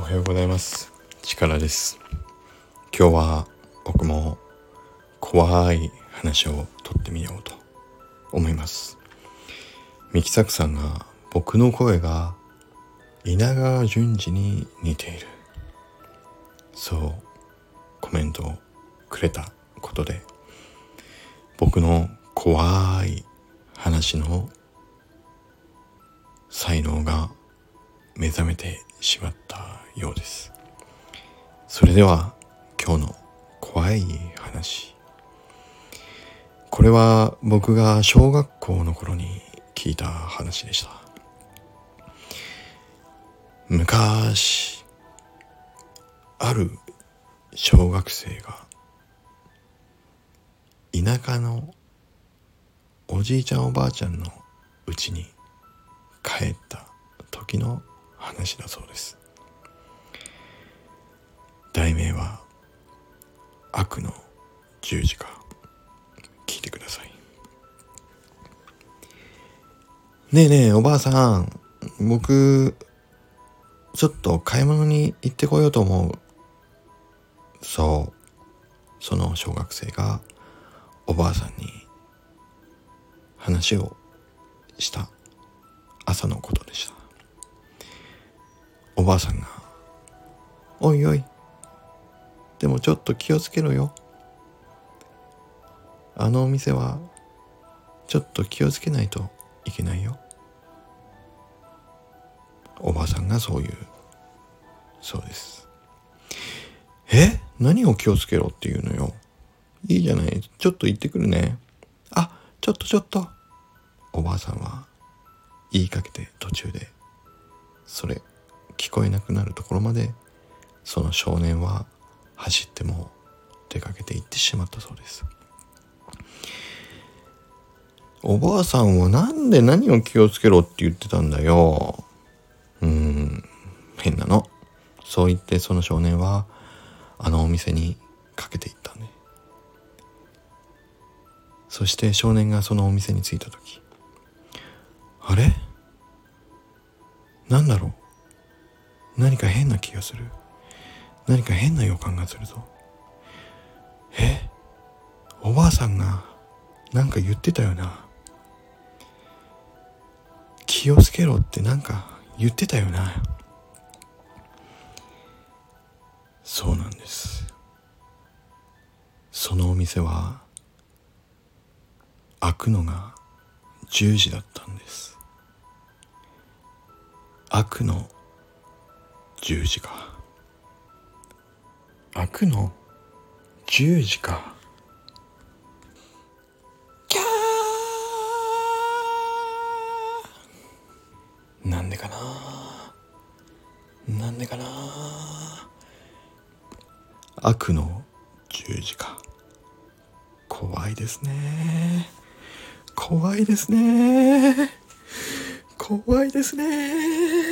はようございます。力です。今日は僕も怖い話をとってみようと思います。ミキサクさんが僕の声が稲川淳二に似ている、そうコメントをくれたことで、僕の怖い話の才能が目覚めてしまったようです。それでは今日の怖い話、これは僕が小学校の頃に聞いた話でした。昔ある小学生が田舎のおじいちゃんおばあちゃんの家に帰った時の話だそうです。題名は悪の十字架。聞いてください。ねえねえおばあさん、僕ちょっと買い物に行ってこようと思う。そう、その小学生がおばあさんに話をした朝のことでした。おばあさんが、おいおい、でもちょっと気をつけろよ。あのお店はちょっと気をつけないといけないよ。おばあさんがそう言うそうです。何を気をつけろっていうのよ。いいじゃない、ちょっと行ってくるね。あ、ちょっとおばあさんは言いかけて、途中でそれ聞こえなくなるところまでその少年は走っても出かけて行ってしまったそうです。おばあさんはなんで何を気をつけろって言ってたんだよ。変なの。そう言ってその少年はあのお店にかけていったね。そして少年がそのお店に着いたとき、あれ？なんだろう？何か変な気がする。何か変な予感がするぞ。おばあさんがなんか言ってたよな。気をつけろってなんか言ってたよな。そうなんです。そのお店は開くのが10時だったんです。開くの10時か。開くの10時か。キャー、なんでかな。開くの10時か。怖いですね。怖いですね。